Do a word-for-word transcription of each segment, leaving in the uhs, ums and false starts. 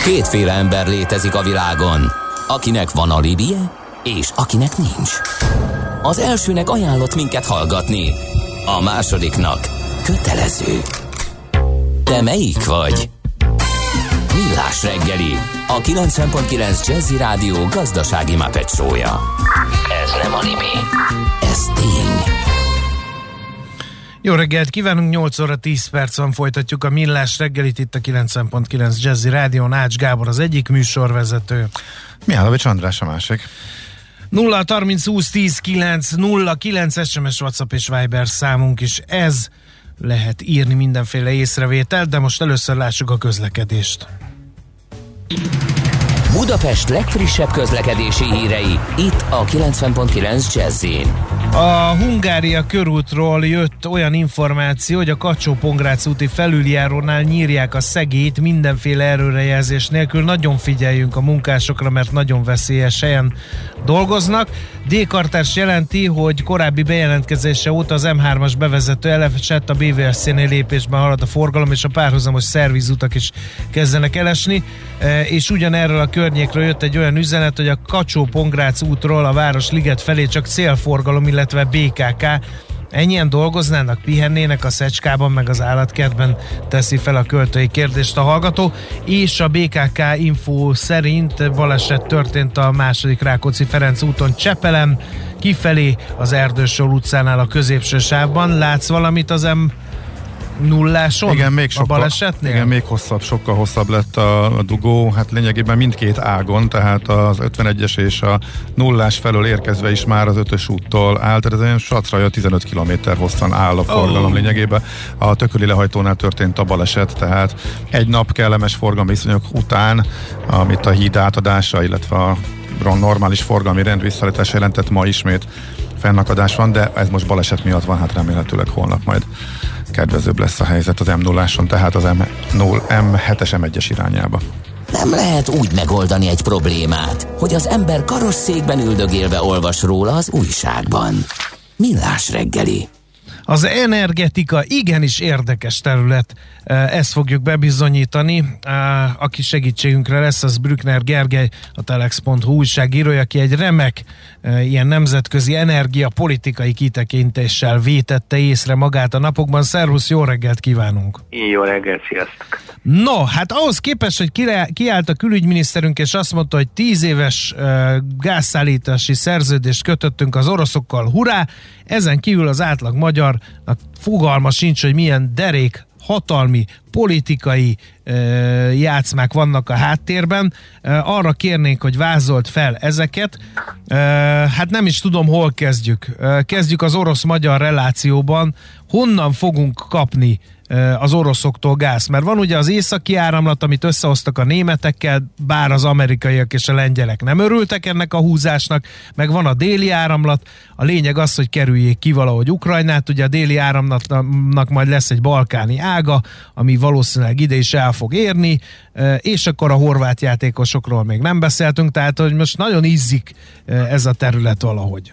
Kétféle ember létezik a világon, akinek van alibije, és akinek nincs. Az elsőnek ajánlott minket hallgatni, a másodiknak kötelező. Te melyik vagy? Millás reggeli, a kilencven pont kilenc Jazzy Rádió gazdasági Muppet show-ja. Ez nem anime, ez tény. Jó reggelt kívánunk, nyolc óra tíz percen folytatjuk a Millás reggelit itt a kilencven pont kilenc Jazzy Rádión. Ács Gábor az egyik műsorvezető. Mihálovics András a másik. nulla harminc húsz tíz kilenc nulla kilenc es em es, WhatsApp és Viber számunk is ez. Lehet írni mindenféle észrevételt, de most először lássuk a közlekedést. Budapest legfrissebb közlekedési hírei, itt a kilencven pont kilenc Jazzyn. A Hungária körútról jött olyan információ, hogy a Kacsó-Pongrác úti felüljárónál nyírják a szegélyt mindenféle erőrejelzés nélkül. Nagyon figyeljünk a munkásokra, mert nagyon veszélyes helyen dolgoznak. D-kartárs jelenti, hogy korábbi bejelentkezése óta az em hármas bevezető elesett, a bé vé es cé-nél lépésben halad a forgalom, és a párhuzamos szervizutak is kezdenek elesni, és ugyanerről a környékről jött egy olyan üzenet, hogy a Kacsó-Pongrác útról a Városliget felé csak célforgalom, illetve bé ká ká. Ennyien dolgoznának, pihennének a Szecskában, meg az állatkertben, teszi fel a költői kérdést a hallgató, és a bé ká ká info szerint baleset történt a második Rákóczi-Ferenc úton Csepelen, kifelé az Erdősor utcánál a középső sávban. Látsz valamit az M nulláson? Igen, még a sokkal, balesetnél? Igen, még hosszabb, sokkal hosszabb lett a, a dugó, hát lényegében mindkét ágon, tehát az ötvenegyes és a nullás felől érkezve is már az ötös úttól áll, tehát ez olyan sacra tizenöt kilométer hosszan áll a forgalom oh. lényegében. A Tököli lehajtónál történt a baleset, tehát egy nap kellemes forgalmi viszonyok után, amit a híd átadása, illetve a normális forgalmi rend visszaállítása jelentett, ma ismét fennakadás van, de ez most baleset miatt van, hát remélhetőleg holnap majd kedvezőbb lesz a helyzet az em nulláson, tehát az em hetes em egyes irányába. Nem lehet úgy megoldani egy problémát, hogy az ember karosszékben üldögélve olvas róla az újságban. Millás reggeli. Az energetika igenis érdekes terület, ezt fogjuk bebizonyítani. Aki segítségünkre lesz, az Brückner Gergely, a telex pont hu újságírója, aki egy remek ilyen nemzetközi energiapolitikai kitekintéssel vétette észre magát a napokban. Szervusz, jó reggelt kívánunk! Jó reggelt, sziasztok! No, hát ahhoz képest, hogy kiállt a külügyminiszterünk, és azt mondta, hogy tíz éves uh, gázszállítási szerződést kötöttünk az oroszokkal, hurrá! Ezen kívül az átlag magyarnak fogalma sincs, hogy milyen derék hatalmi, politikai uh, játszmák vannak a háttérben. Uh, arra kérnénk, hogy vázolt fel ezeket. Uh, hát nem is tudom, hol kezdjük. Uh, kezdjük az orosz-magyar relációban. Honnan fogunk kapni az oroszoktól gáz? Mert van ugye az északi áramlat, amit összehoztak a németekkel, bár az amerikaiak és a lengyelek nem örültek ennek a húzásnak, meg van a déli áramlat, a lényeg az, hogy kerüljék ki valahogy Ukrajnát, ugye a déli áramlatnak majd lesz egy balkáni ága, ami valószínűleg ide is el fog érni, és akkor a horvát játékosokról még nem beszéltünk, tehát hogy most nagyon izzik ez a terület valahogy.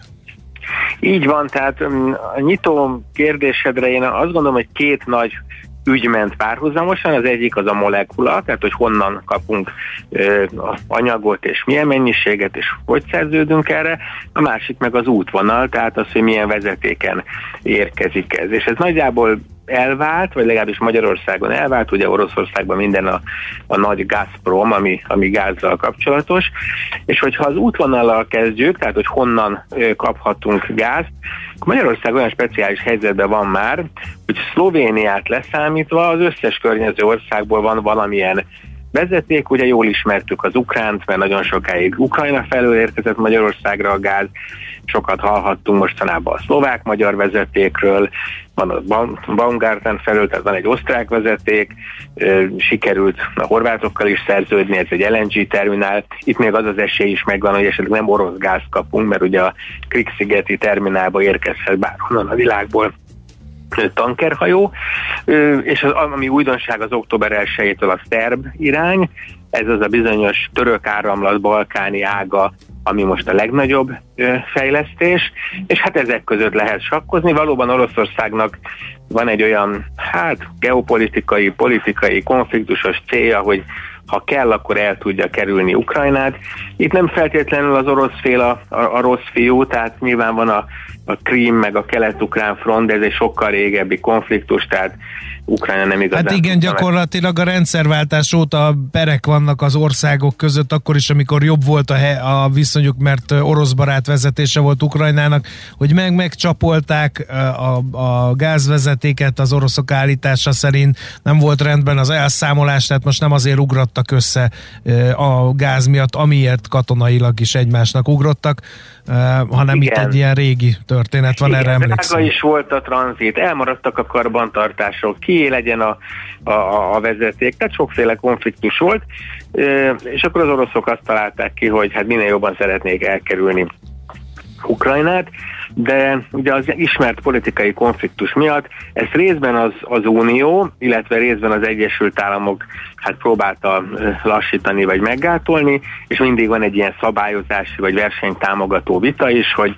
Így van, tehát a nyitó kérdésedre én azt gondolom, hogy két nagy ügy ment párhuzamosan, az egyik az a molekula, tehát hogy honnan kapunk ö, anyagot és milyen mennyiséget és hogy szerződünk erre, a másik meg az útvonal, tehát az, hogy milyen vezetéken érkezik ez. És ez nagyjából elvált, vagy legalábbis Magyarországon elvált, ugye Oroszországban minden a, a nagy Gazprom, ami, ami gázzal kapcsolatos, és hogyha az útvonallal kezdjük, tehát hogy honnan ö, kaphatunk gázt, Magyarország olyan speciális helyzetben van már, hogy Szlovéniát leszámítva az összes környező országból van valamilyen vezeték, ugye jól ismertük az ukránt, mert nagyon sokáig Ukrajna felől érkezett Magyarországra a gáz, sokat hallhattunk mostanában a szlovák-magyar vezetékről, van a Baumgarten felől, tehát van egy osztrák vezeték, sikerült a horvátokkal is szerződni, ez egy el en gé terminál, itt még az az esély is megvan, hogy esetleg nem orosz gáz kapunk, mert ugye a Krk-szigeti terminálba érkezhet bárhonnan a világból tankerhajó, és az, ami újdonság az október elsejétől a szerb irány, ez az a bizonyos török áramlat balkáni ága, ami most a legnagyobb fejlesztés, és hát ezek között lehet sakkozni. Valóban Oroszországnak van egy olyan, hát geopolitikai, politikai, konfliktusos célja, hogy ha kell, akkor el tudja kerülni Ukrajnát. Itt nem feltétlenül az orosz fél a, a, a rossz fiú, tehát nyilván van a, a Krím meg a kelet-ukrán front, de ez egy sokkal régebbi konfliktus, tehát Ukrajna nem igazán... Hát igen, gyakorlatilag a rendszerváltás óta perek vannak az országok között, akkor is, amikor jobb volt a, he- a viszonyuk, mert orosz barát vezetése volt Ukrajnának, hogy meg megcsapolták a, a gázvezetéket az oroszok állítása szerint, nem volt rendben az elszámolás, tehát most nem azért ugrottak össze a gáz miatt, amiért katonailag is egymásnak ugrottak, hanem igen. Itt egy ilyen régi történet van, igen, erre emlékszem. Drága is volt a tranzit, elmaradtak a karbantartások, kié legyen a, a, a vezeték, tehát sokféle konfliktus volt, és akkor az oroszok azt találták ki, hogy hát minél jobban szeretnék elkerülni Ukrajnát, de ugye az ismert politikai konfliktus miatt ezt részben az, az Unió, illetve részben az Egyesült Államok hát próbálta lassítani vagy meggátolni, és mindig van egy ilyen szabályozási vagy versenytámogató vita is, hogy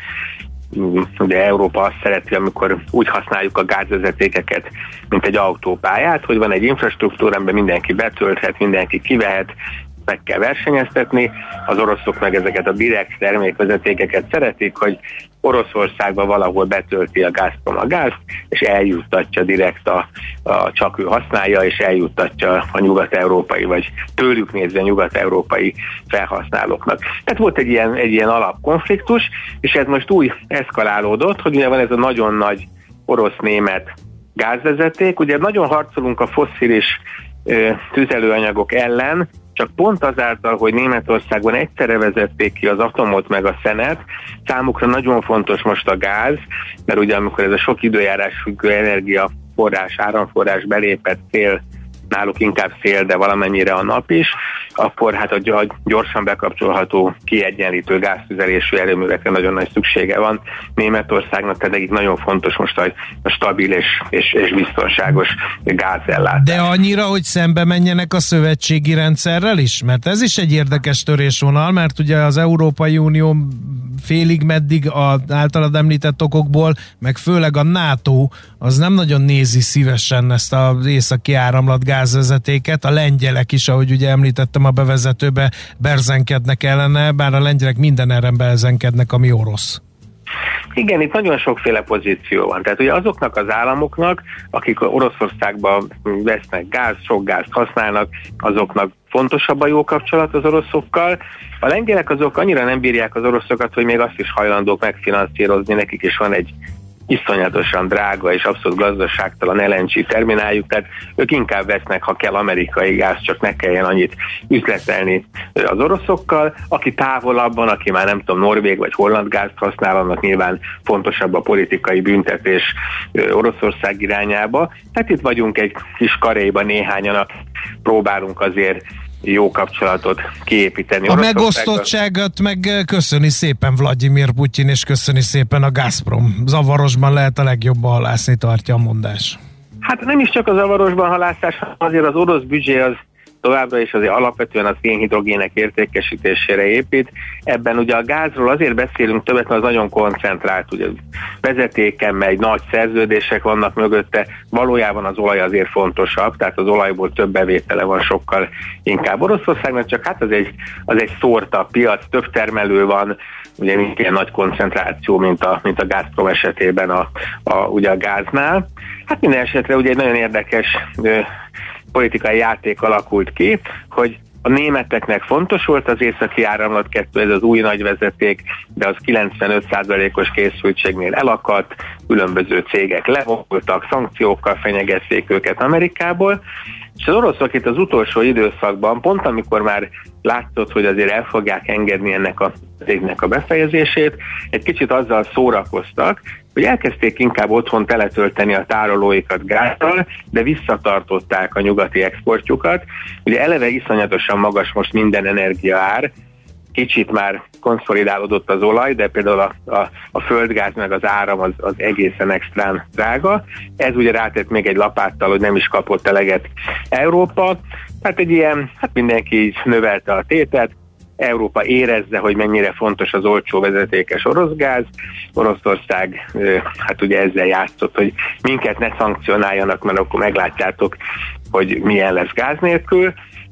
ugye Európa azt szereti, amikor úgy használjuk a gázvezetékeket, mint egy autópályát, hogy van egy infrastruktúra, amiben mindenki betölthet, mindenki kivehet, meg kell versenyeztetni, az oroszok meg ezeket a direkt termékvezetékeket szeretik, hogy Oroszországban valahol betölti a Gazprom a gázt, és eljuttatja direkt a, a csak ő használja, és eljuttatja a nyugat-európai, vagy tőlük nézve nyugat-európai felhasználóknak. Tehát volt egy ilyen, egy ilyen alapkonfliktus, és ez most úgy eszkalálódott, hogy ugye van ez a nagyon nagy orosz-német gázvezeték, ugye nagyon harcolunk a fosszilis ö, tüzelőanyagok ellen, csak pont azáltal, hogy Németországban egyszerre vezették ki az atomot meg a szenet, számukra nagyon fontos most a gáz, mert ugye amikor ez a sok időjárás függő energiaforrás, áramforrás belépett szél, náluk inkább szél, de valamennyire a nap is, akkor hát a gyorsan bekapcsolható kiegyenlítő gáztüzelésű erőművekre nagyon nagy szüksége van Németországnak, tehát nekik nagyon fontos most a stabil és, és, és biztonságos gázellátás. De annyira, hogy szembe menjenek a szövetségi rendszerrel is? Mert ez is egy érdekes törésvonal, mert ugye az Európai Unió félig meddig az általad említett okokból, meg főleg a NATO az nem nagyon nézi szívesen ezt az északi áramlat gázvezetéket, a lengyelek is, ahogy ugye említettem a bevezetőbe, berzenkednek ellene, bár a lengyelek minden ellen berzenkednek, ami orosz. Igen, itt nagyon sokféle pozíció van. Tehát ugye azoknak az államoknak, akik Oroszországban vesznek gáz, sok gázt használnak, azoknak fontosabb a jó kapcsolat az oroszokkal. A lengyelek azok annyira nem bírják az oroszokat, hogy még azt is hajlandók megfinanszírozni, nekik is van egy iszonyatosan drága és abszolút gazdaságtalan el en gé termináljuk, tehát ők inkább vesznek, ha kell, amerikai gáz, csak ne kelljen annyit üzletelni az oroszokkal. Aki távolabban, aki már nem tudom, norvég vagy holland gázt használ, annak nyilván fontosabb a politikai büntetés Oroszország irányába. Tehát itt vagyunk egy kis karéban néhányan, próbálunk azért jó kapcsolatot kiépíteni. A megosztottságot meg köszöni szépen Vladimir Putyin, és köszöni szépen a Gazprom. Zavarosban lehet a legjobban halászni, tartja a mondás. Hát nem is csak a zavarosban halászás, azért az orosz büdzsé az továbbra is azért alapvetően a szénhidrogének értékesítésére épít. Ebben ugye a gázról azért beszélünk többet, mert az nagyon koncentrált, ugye vezetéken megy, nagy szerződések vannak mögötte, valójában az olaj azért fontosabb, tehát az olajból több bevétele van sokkal inkább Oroszországnak, csak hát az egy, az egy szórta piac, több termelő van, ugye nincs ilyen nagy koncentráció, mint a, mint a Gazprom esetében a, a, ugye a gáznál. Hát minden esetre ugye egy nagyon érdekes ö, politikai játék alakult ki, hogy a németeknek fontos volt az északi áramlat kettő, ez az új nagy vezeték, de az kilencvenöt százalékos készültségnél elakadt, különböző cégek levonultak, szankciókkal fenyegették őket Amerikából, és az oroszok itt az utolsó időszakban, pont amikor már látszott, hogy azért el fogják engedni ennek a cégnek a befejezését, egy kicsit azzal szórakoztak, hogy elkezdték inkább otthon teletölteni a tárolóikat gázzal, de visszatartották a nyugati exportjukat. Ugye eleve iszonyatosan magas most minden energiaár, kicsit már konszolidálódott az olaj, de például a, a, a földgáz meg az áram az, az egészen extrán drága. Ez ugye rátett még egy lapáttal, hogy nem is kapott eleget Európa. Hát egy ilyen, hát mindenki így növelte a tétet, Európa érezze, hogy mennyire fontos az olcsó vezetékes orosz gáz. Oroszország hát ugye ezzel játszott, hogy minket ne szankcionáljanak, mert akkor meglátjátok, hogy milyen lesz gáz nélkül.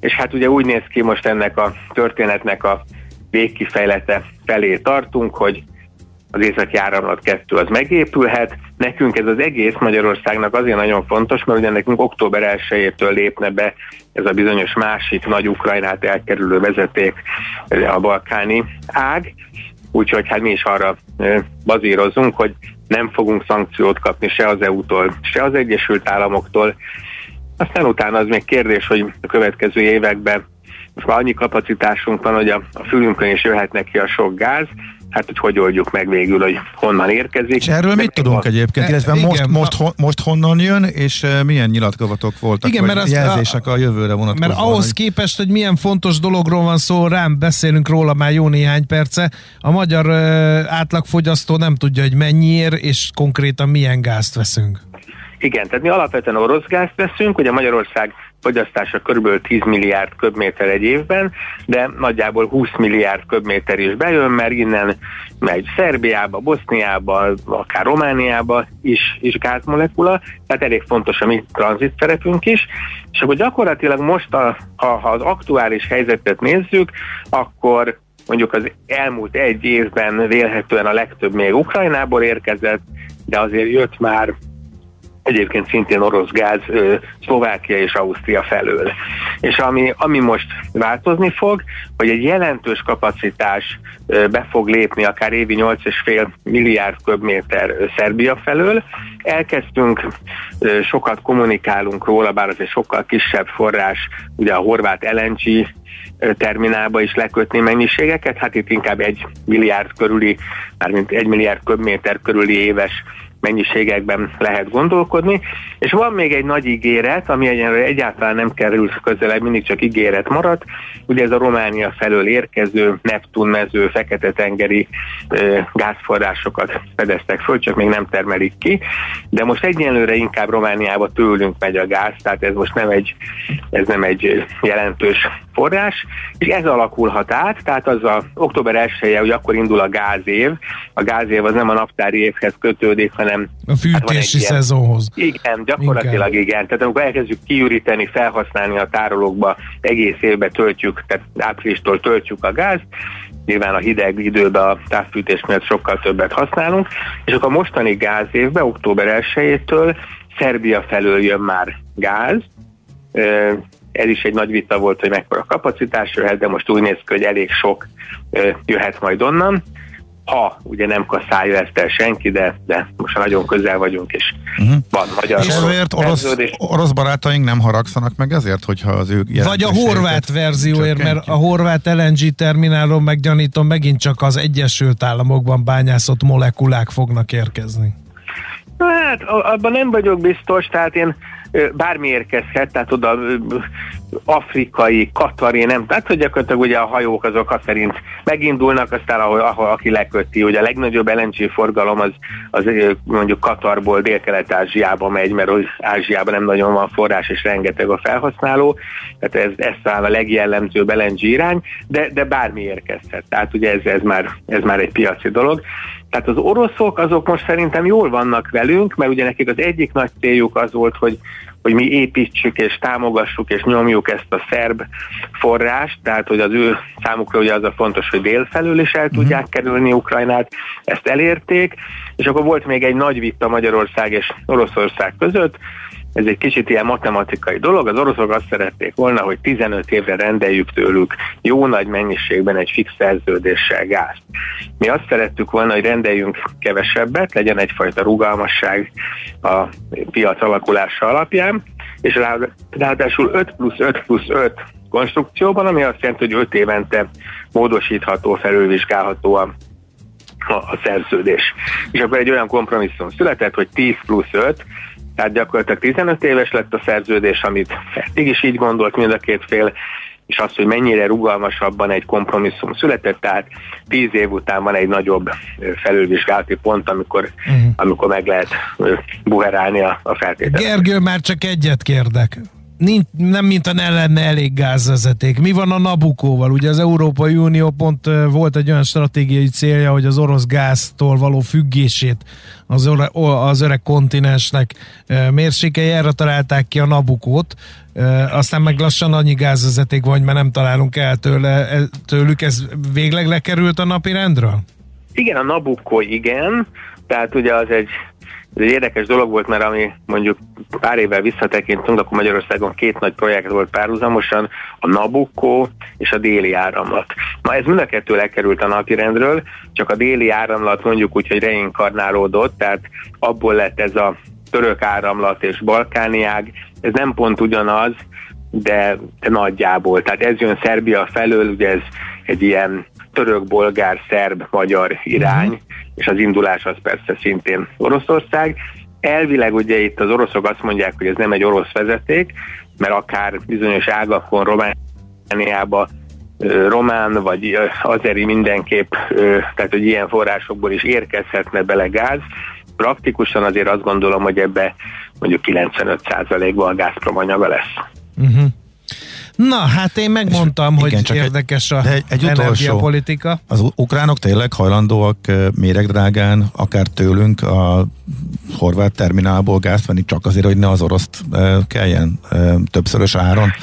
és hát ugye úgy néz ki most ennek a történetnek a végkifejlete felé tartunk, hogy az északi áramlat kettő az megépülhet. Nekünk ez az egész Magyarországnak azért nagyon fontos, mert ugye nekünk október elsejétől lépne be ez a bizonyos másik nagy Ukrajnát elkerülő vezeték, a balkáni ág, úgyhogy hát mi is arra bazírozunk, hogy nem fogunk szankciót kapni se az é u-tól, se az Egyesült Államoktól. Aztán utána az még kérdés, hogy a következő években most már annyi kapacitásunk van, hogy a, a fülünkön is jöhet neki a sok gáz, hát hogy hogy oldjuk meg végül, hogy honnan érkezik. És erről mit tudunk egyébként, illetve igen, most, most, ho, most honnan jön, és milyen nyilatkozatok voltak, igen, vagy mert jelzések a, a jövőre vonatkozóan? Mert ahhoz hogy... képest, hogy milyen fontos dologról van szó, rám beszélünk róla már jó néhány perce, a magyar uh, átlagfogyasztó nem tudja, hogy mennyiért, és konkrétan milyen gázt veszünk. Igen, tehát mi alapvetően orosz gázt veszünk, ugye Magyarország fogyasztása kb. tíz milliárd köbméter egy évben, de nagyjából húsz milliárd köbméter is bejön, mert innen megy Szerbiába, Boszniába, akár Romániába is, is gázmolekula, tehát elég fontos a mi tranzit szerepünk is, és akkor gyakorlatilag most, a, ha, ha az aktuális helyzetet nézzük, akkor mondjuk az elmúlt egy évben vélhetően a legtöbb még Ukrajnából érkezett, de azért jött már egyébként szintén orosz gáz Szlovákia és Ausztria felől. És ami, ami most változni fog, hogy egy jelentős kapacitás be fog lépni, akár évi nyolc egész öt milliárd köbméter Szerbia felől. Elkezdtünk, sokat kommunikálunk róla, bár az egy sokkal kisebb forrás, ugye a horvát el en gé terminálba is lekötni mennyiségeket, hát itt inkább egy milliárd körüli, mármint egy milliárd köbméter körüli éves mennyiségekben lehet gondolkodni, és van még egy nagy ígéret, ami egyenlőre egyáltalán nem kerül közelebb, mindig csak ígéret maradt, ugye ez a Románia felől érkező Neptun mező fekete-tengeri ö, gázforrásokat fedeztek föl, csak még nem termelik ki, de most egyenlőre inkább Romániába tőlünk megy a gáz, tehát ez most nem egy, ez nem egy jelentős forrás, és ez alakulhat át, tehát az a október elsője, hogy akkor indul a gázév, a gázév az nem a naptári évhez kötődik, hanem a fűtési hát szezonhoz. Igen, gyakorlatilag igen. igen. Tehát amikor elkezdjük kiüríteni, felhasználni a tárolókba, egész évben töltjük, tehát áprilistól töltjük a gázt, nyilván a hideg időben a távfűtés miatt sokkal többet használunk, és akkor a mostani gázévben, október elsejétől Szerbia felől jön már gáz. Ez is egy nagy vita volt, hogy mekkora kapacitás jöhet, de most úgy néz ki, hogy elég sok jöhet majd onnan. Ha ugye nem kaszálja ezt el senki, de, de most nagyon közel vagyunk, és uh-huh. van magyar. És ezért orosz, orosz barátaink nem haragszanak meg ezért, hogyha az ő vagy a horvát verzióért, mert a horvát el en gé terminálon meggyanítom, megint csak az Egyesült Államokban bányászott molekulák fognak érkezni. Hát abban nem vagyok biztos, tehát én bármi érkezhet, tehát oda afrikai, katari, nem, tehát hogy gyakorlatilag ugye a hajók azok azt szerint megindulnak, aztán ahol, ahol aki leköti, ugye a legnagyobb el en gé forgalom az, az mondjuk Katarból Dél-Kelet-Ázsiába megy, mert Ázsiában nem nagyon van forrás, és rengeteg a felhasználó, tehát ez, ez talán a legjellemzőbb el en gé irány, de, de bármi érkezhet, tehát ugye ez, ez, már, ez már egy piaci dolog. Tehát az oroszok azok most szerintem jól vannak velünk, mert ugye nekik az egyik nagy céljuk az volt, hogy, hogy mi építsük és támogassuk és nyomjuk ezt a szerb forrást, tehát hogy az ő számukra ugye az a fontos, hogy dél felől is el tudják kerülni Ukrajnát, ezt elérték, és akkor volt még egy nagy vita Magyarország és Oroszország között. Ez egy kicsit ilyen matematikai dolog, az oroszok azt szerették volna, hogy tizenöt évre rendeljük tőlük jó nagy mennyiségben egy fix szerződéssel gázt. Mi azt szerettük volna, hogy rendeljünk kevesebbet, legyen egyfajta rugalmasság a piac alakulása alapján, és ráadásul öt plusz öt plusz öt konstrukcióban, ami azt jelenti, hogy öt évente módosítható, felülvizsgálható a, a, a szerződés. És akkor egy olyan kompromisszum született, hogy tíz plusz öt, tehát gyakorlatilag tizenöt éves lett a szerződés, amit eddig is így gondolt mind a két fél, és az, hogy mennyire rugalmasabban egy kompromisszum született, tehát tíz év után van egy nagyobb felülvizsgálati pont, amikor, uh-huh. amikor meg lehet buherálni a, a feltételeket. Gergő, már csak egyet kérdek. nincs, nem mint ne lenne elég gázvezeték. Mi van a Nabuccóval? Ugye az Európai Unió pont volt egy olyan stratégiai célja, hogy az orosz gáztól való függését az, ore, az öreg kontinensnek mérsékelje, erre találták ki a Nabuccót. Aztán meg lassan annyi gázvezeték van, hogy már nem találunk el tőle, tőlük. Ez végleg lekerült a napirendről? Igen, a Nabucco igen, tehát ugye az egy Ez egy érdekes dolog volt, mert ami mondjuk pár évvel visszatekintünk, akkor Magyarországon két nagy projekt volt párhuzamosan, a Nabucco és a Déli Áramlat. Na ez mind a kettő lekerült a napirendről, csak a Déli Áramlat mondjuk úgy, hogy reinkarnálódott, tehát abból lett ez a török áramlat és balkáni ág, ez nem pont ugyanaz, de, de nagyjából. Tehát ez jön Szerbia felől, ugye ez egy ilyen török, bolgár, szerb, magyar irány, uh-huh. és az indulás az persze szintén Oroszország. Elvileg ugye itt az oroszok azt mondják, hogy ez nem egy orosz vezeték, mert akár bizonyos ágakon Romániába román vagy azeri mindenképp, tehát hogy ilyen forrásokból is érkezhetne bele gáz. Praktikusan azért azt gondolom, hogy ebbe mondjuk kilencvenöt százalékban a Gazprom anyaga lesz. Uh-huh. Na, hát én megmondtam, és hogy igen, érdekes egy, a egy, egy energiapolitika. Az ukránok tényleg hajlandóak méregdrágán, akár tőlünk a horvát terminálból gázt venni, csak azért, hogy ne az oroszt kelljen többszörös áron?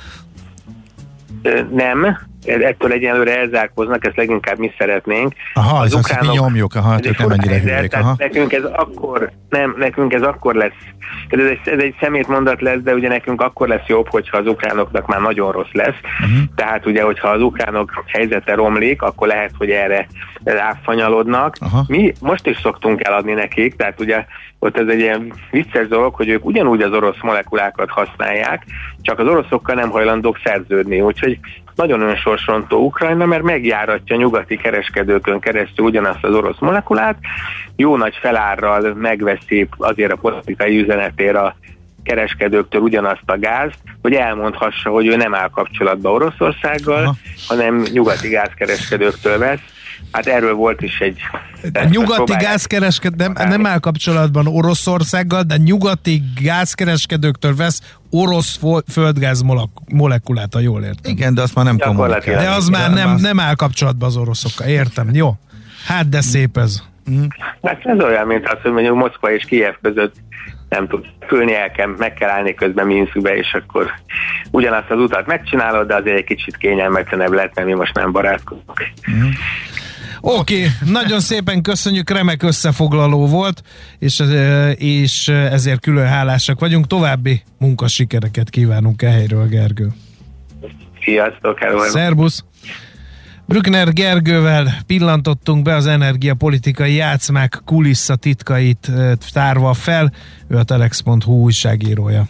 Nem, ettől egyenlőre elzárkóznak, ezt leginkább mi szeretnénk. Aha, az ukránok, mi nyomjuk, aha, ők nem ennyire hülyék. Nekünk ez akkor, nem, nekünk ez akkor lesz, ez egy, ez egy szemétmondat lesz, de ugye nekünk akkor lesz jobb, hogyha az ukránoknak már nagyon rossz lesz. Uh-huh. Tehát ugye, hogyha az ukránok helyzete romlik, akkor lehet, hogy erre ráfanyalodnak. Aha. Mi most is szoktunk eladni nekik, tehát ugye ott ez egy ilyen vicces dolog, hogy ők ugyanúgy az orosz molekulákat használják, csak az oroszokkal nem hajlandók szerződni, úgyhogy nagyon önsorsontó Ukrajna, mert megjáratja nyugati kereskedőkön keresztül ugyanazt az orosz molekulát, jó nagy felárral megveszi azért a politikai üzenetére a kereskedőktől ugyanazt a gázt, hogy elmondhassa, hogy ő nem áll kapcsolatba Oroszországgal, aha. hanem nyugati gázkereskedőktől vesz. Hát erről volt is egy... Nyugati gázkereskedő nem, nem áll kapcsolatban Oroszországgal, de nyugati gázkereskedőktől vesz orosz földgáz molekulát, ha jól értem. Igen, de azt már nem kommunikál. De az már nem, nem áll kapcsolatban az oroszokkal, értem, jó. Hát de szép ez. Mm. Hát ez olyan, mint az, hogy mondjuk Moszkva és Kijev között nem tud fülni, el kell, meg kell állni közben Minszkbe, és akkor ugyanazt az utat megcsinálod, de azért egy kicsit kényelmetlenebb lett, mert mi most nem barátkozunk. Mm. Oké, okay, nagyon szépen köszönjük, remek összefoglaló volt, és, és ezért külön hálásak vagyunk. További munkasikereket kívánunk e helyről, Gergő. Sziasztok, hello. Szerbusz! Brückner Gergővel pillantottunk be az energiapolitikai játszmák kulisszatitkait tárva fel, ő a telex pont hu újságírója.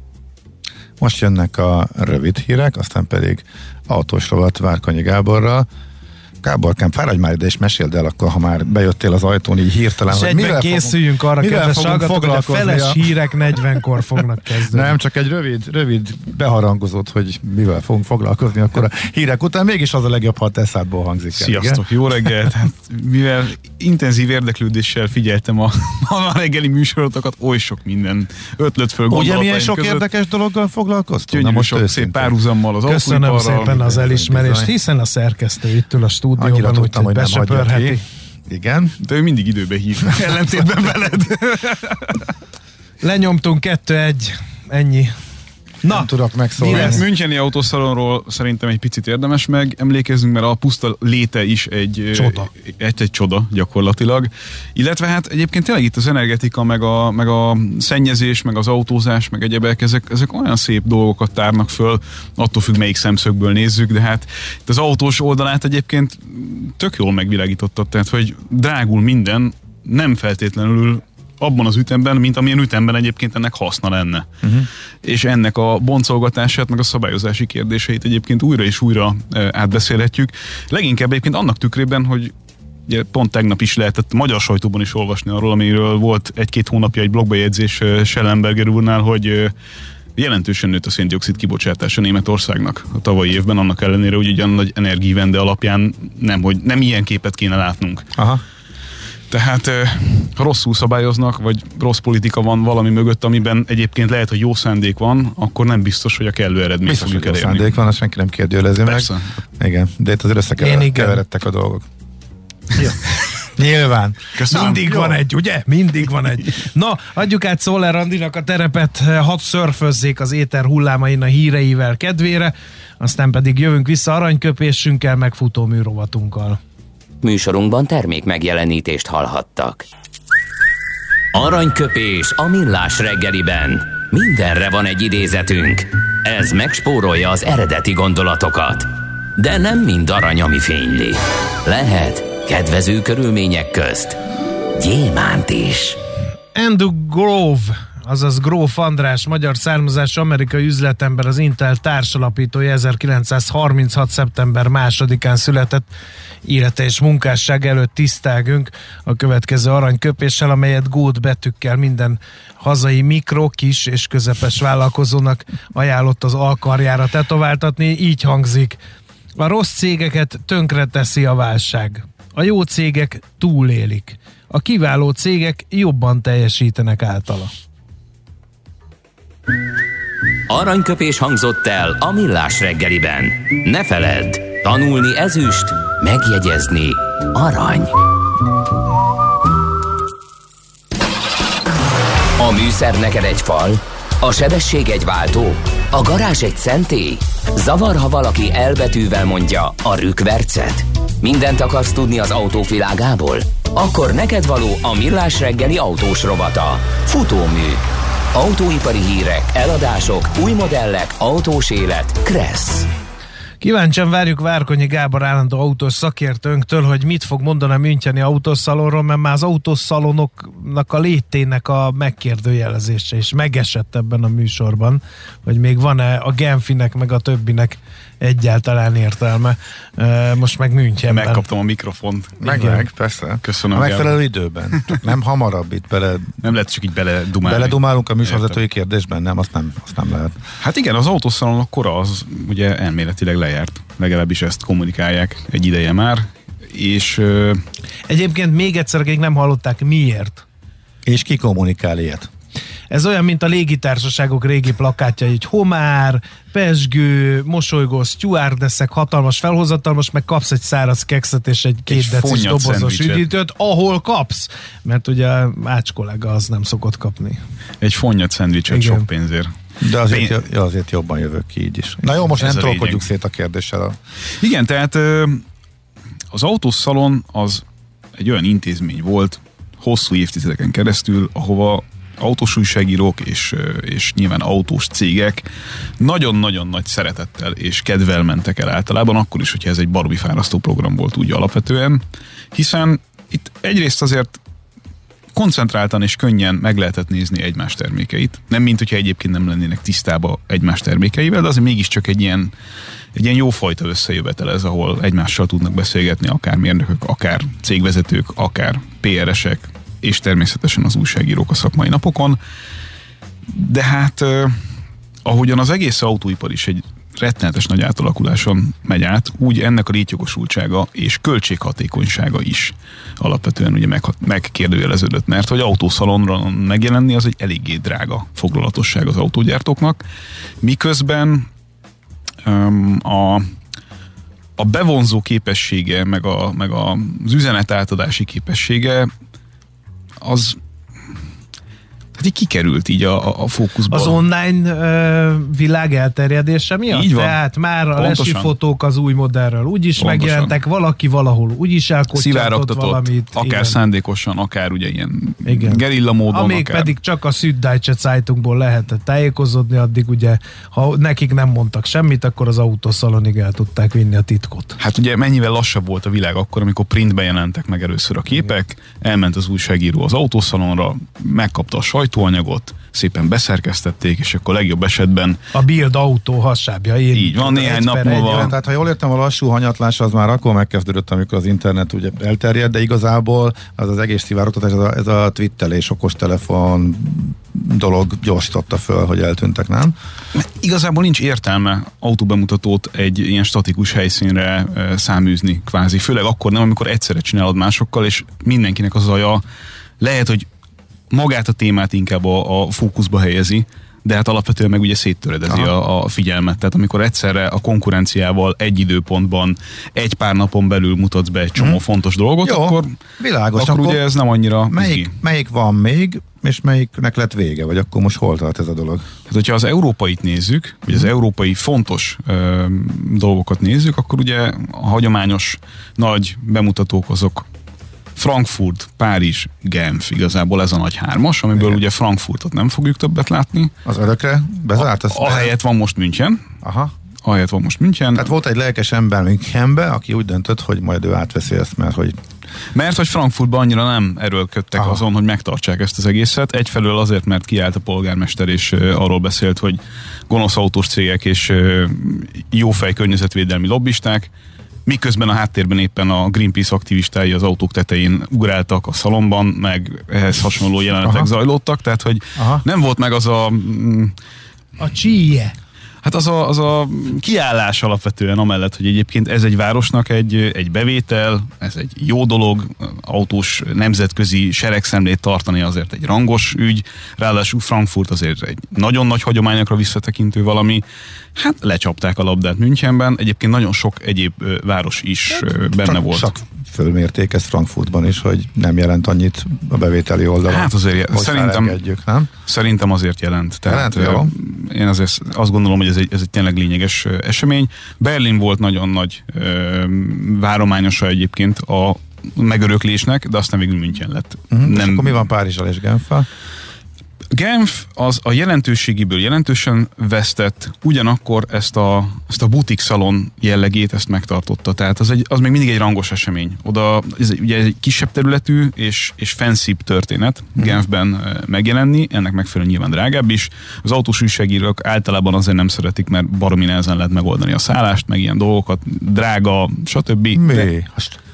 Most jönnek a rövid hírek, aztán pedig autós rovat Várkonyi Gáborral. Gáborkám, fáradj már ide és meséld el akkor, ha már bejöttél az ajtón így hirtelen. És egyben készüljünk fogunk, arra, kedves hallgatók, hogy a feles a... hírek negyvenkor fognak kezdeni. Nem, csak egy rövid, rövid beharangozót, hogy mivel fogunk foglalkozni akkor a hírek után. Mégis az a legjobb, ha a teszádból hangzik el. Sziasztok, igen? Jó reggelt! Hát, mivel intenzív érdeklődéssel figyeltem a, a reggeli műsorotokat, oly sok minden ötlött föl gondolataim között. Ugye milyen sok között. Érdekes dologgal foglalkoztunk? Gyönyörű sok szép párhuzammal az autóiparral. Köszönöm szépen az elismerést, hiszen a szerkesztő itt ül a stúdióban, úgyhogy besöpörheti. Igen. De ő mindig időben hív, ellentétben veled. Lenyomtunk kettő egy, ennyi. Na, nem tudok megszólni. Müncheni autószalonról szerintem egy picit érdemes meg emlékezzünk, mert a puszta léte is egy csoda. Egy, egy csoda gyakorlatilag. Illetve hát egyébként tényleg itt az energetika, meg a, meg a szennyezés, meg az autózás, meg egyebek, ezek, ezek olyan szép dolgokat tárnak föl, attól függ, melyik szemszögből nézzük, de hát itt az autós oldalát egyébként tök jól megvilágítottad, tehát hogy drágul minden, nem feltétlenül abban az ütemben, mint amilyen ütemben egyébként ennek haszna lenne. Uh-huh. És ennek a boncolgatását, meg a szabályozási kérdéseit egyébként újra és újra e, átbeszélhetjük. Leginkább egyébként annak tükrében, hogy ugye pont tegnap is lehetett magyar sajtóban is olvasni arról, amiről volt egy-két hónapja egy blogbejegyzés Schellenberger úrnál, hogy jelentősen nőtt a széndioxid kibocsátása Németországnak a tavalyi évben, annak ellenére, hogy ugyan nagy energiivende alapján nem, hogy nem ilyen képet kéne látnunk. Aha. Tehát ha rosszul szabályoznak, vagy rossz politika van valami mögött, amiben egyébként lehet, hogy jó szándék van, akkor nem biztos, hogy a kellő eredményt biztos, fogjuk hogy jó elérni. szándék van, azt senki nem kérdőjelezi meg. Igen, de itt azért összekeveredtek a dolgok. Jó. Nyilván. Köszönöm. Mindig Jó. van egy, ugye? Mindig van egy. Na, adjuk át Szoller Andinak a terepet, hadd szörfözzék az éter hullámain a híreivel kedvére, aztán pedig jövünk vissza aranyköpésünkkel, meg futóműrovatunkkal. Műsorunkban termék megjelenítést hallhattak. Aranyköpés a millás reggeliben. Mindenre van egy idézetünk. Ez megspórolja az eredeti gondolatokat. De nem mind arany, ami fényli. Lehet kedvező körülmények közt gyémánt is. Andrew Grove, azaz Gróf András, magyar származású amerikai üzletember, az Intel társalapítója, ezerkilencszázharminchat. szeptember másodikán született. Élete és munkásság előtt tisztelgünk a következő aranyköpéssel, amelyet gót betűkkel minden hazai mikro, kis és közepes vállalkozónak ajánlott az alkarjára tetováltatni. Így hangzik: a rossz cégeket tönkreteszi a válság. A jó cégek túlélik. A kiváló cégek jobban teljesítenek általa. Aranyköpés hangzott el a millás reggeliben. Ne feledd, tanulni ezüst, megjegyezni arany. A műszer neked egy fal, a sebesség egy váltó, a garázs egy szentély. Zavar, ha valaki elbetűvel mondja a rükvercet. Mindent akarsz tudni az autók világából? Akkor neked való a millás reggeli autós rovata. Futómű. Autóipari hírek, eladások, új modellek, autós élet. Kressz. Kíváncsian várjuk Várkonyi Gábor állandó autós szakértőnktől, hogy mit fog mondani a müncheni autószalonról, mert már az autószalonoknak a létének a megkérdőjelezése is megesett ebben a műsorban, hogy még van-e a Genfinek meg a többinek egyáltalán értelme. Most meg Münchenben. Megkaptam a mikrofont. Meg, meg, persze. Köszönöm. A megfelelő időben. Nem hamarabb itt bele... Nem lehet csak így beledumálni. Beledumálunk a műsorvezetői kérdésben? Nem, azt nem, azt nem lehet. Hát igen, az autószalonok kora az ugye elméletileg lejárt. Legalábbis ezt kommunikálják egy ideje már. És... Uh... Egyébként még egyszer, akik nem hallották, miért? És ki kommunikál ilyet? Ez olyan, mint a légitársaságok régi plakátja, hogy homár, pezsgő, mosolygó stewardessek, hatalmas felhozatal, most meg kapsz egy száraz kekszet és egy két decis dobozos üdítőt, ahol kapsz, mert ugye Ács kollega az nem szokott kapni. Egy fonnyat szendvicset sok pénzért. De azért, Pén... ja, azért jobban jövök ki így is. Na jó, most ez nem trollkodjuk szét a kérdéssel. A... Igen, tehát az autószalon az egy olyan intézmény volt hosszú évtizedeken keresztül, ahova autós újságírók és, és nyilván autós cégek nagyon-nagyon nagy szeretettel és kedvel mentek el általában, akkor is, hogyha ez egy baromi fárasztó program volt úgy alapvetően, hiszen itt egyrészt azért koncentráltan és könnyen meg lehetett nézni egymás termékeit. Nem mint, hogyha egyébként nem lennének tisztában egymás termékeivel, de azért mégiscsak egy ilyen, egy ilyen jófajta összejövetel ez, ahol egymással tudnak beszélgetni akár mérnökök, akár cégvezetők, akár pé er-esek, és természetesen az újságírók a szakmai napokon. De hát eh, ahogyan az egész autóipar is egy rettenetes nagy átalakuláson megy át, úgy ennek a létjogosultsága és költséghatékonysága is alapvetően ugye meg, megkérdőjeleződött, mert hogy autószalonra megjelenni az egy eléggé drága foglalatosság az autógyártóknak, miközben um, a a bevonzó képessége, meg, a, meg a, az üzenet átadási képessége az hát így kikerült így a, a fókuszba. Az online ö, világ elterjedése miatt? Így van. Tehát már a Pontosan. lesi fotók az új modellről úgyis Pontosan. megjelentek, valaki valahol úgyis elkocsantott valamit. Akár igen. szándékosan, akár ugye ilyen igen. gerilla módon. Amíg akár... pedig csak a Süddeutsche Zeitungból lehetett tájékozódni, addig ugye, ha nekik nem mondtak semmit, akkor az autószalonig el tudták vinni a titkot. Hát ugye mennyivel lassabb volt a világ akkor, amikor printben jelentek meg először a képek, elment az újságíró az autószalonra, megkapta a sajtóanyagot, szépen beszerkesztették, és akkor legjobb esetben... A Bild autó hasábja. Így van, néhány nap múlva. Tehát ha jól értem, a lassú hanyatlás az már akkor megkezdődött, amikor az internet ugye elterjedt, de igazából az az egész szivárogtatás, ez a, ez a twittelés, okostelefon, dolog gyorsította föl, hogy eltűntek, nem? Igazából nincs értelme autóbemutatót egy ilyen statikus helyszínre e, száműzni kvázi, főleg akkor nem, amikor egyszerre csinálod másokkal, és mindenkinek az zaja lehet, hogy magát a témát inkább a, a fókuszba helyezi, de hát alapvetően meg ugye széttöredezi a, a figyelmet. Tehát amikor egyszerre a konkurenciával egy időpontban, egy pár napon belül mutatsz be egy csomó hmm. fontos dolgot, jó, akkor, világos, akkor, akkor ugye ez nem annyira melyik, melyik van még, és melyiknek lett vége, vagy akkor most hol tart ez a dolog? Hát, hogyha az európait nézzük, vagy az európai fontos ö, dolgokat nézzük, akkor ugye a hagyományos nagy bemutatók azok Frankfurt, Párizs, Genf, igazából ez a nagy hármas, amiből igen. ugye Frankfurtot nem fogjuk többet látni. Az örökre bezárt? A, a helyett van most München. Aha. A helyett van most München. Tehát volt egy lelkes ember Münchenbe, aki úgy döntött, hogy majd ő átveszi ezt, mert hogy... Mert hogy Frankfurtban annyira nem erőlködtek Aha. azon, hogy megtartsák ezt az egészet. Egyfelől azért, mert kiállt a polgármester, és uh, arról beszélt, hogy gonosz autós cégek és uh, jófej környezetvédelmi lobbisták, miközben a háttérben éppen a Greenpeace aktivistái az autók tetején ugráltak a szalomban, meg ehhez hasonló jelenetek Aha. zajlottak, tehát hogy Aha. nem volt meg az a... Mm, a csíje. Hát az a, az a kiállás alapvetően amellett, hogy egyébként ez egy városnak egy, egy bevétel, ez egy jó dolog, autós nemzetközi seregszemlét tartani azért egy rangos ügy, ráadásul Frankfurt azért egy nagyon nagy hagyományokra visszatekintő valami, hát lecsapták a labdát Münchenben, egyébként nagyon sok egyéb város is hát, benne csak, volt. Csak fölmérték ezt Frankfurtban is, hogy nem jelent annyit a bevételi oldalon. Hát azért szerintem, nem? szerintem azért jelent. Tehát jelent, jó. Én azért azt gondolom, hogy ez egy, ez egy tényleg lényeges esemény. Berlin volt nagyon nagy ö, várományosa egyébként a megöröklésnek, de aztán végül München lett. Uh-huh, nem... És akkor mi van Párizsal és Genffel? Genf az a jelentőségéből jelentősen vesztett, ugyanakkor ezt a, ezt a butik szalon jellegét ezt megtartotta. Tehát az, egy, az még mindig egy rangos esemény. Oda, ez egy, ugye egy kisebb területű és, és fancybb történet hmm. Genfben megjelenni, ennek megfelelően nyilván drágább is. Az autós újságírók általában azért nem szeretik, mert baromi nehezen lehet megoldani a szállást, meg ilyen dolgokat, drága, stb. Mi? De...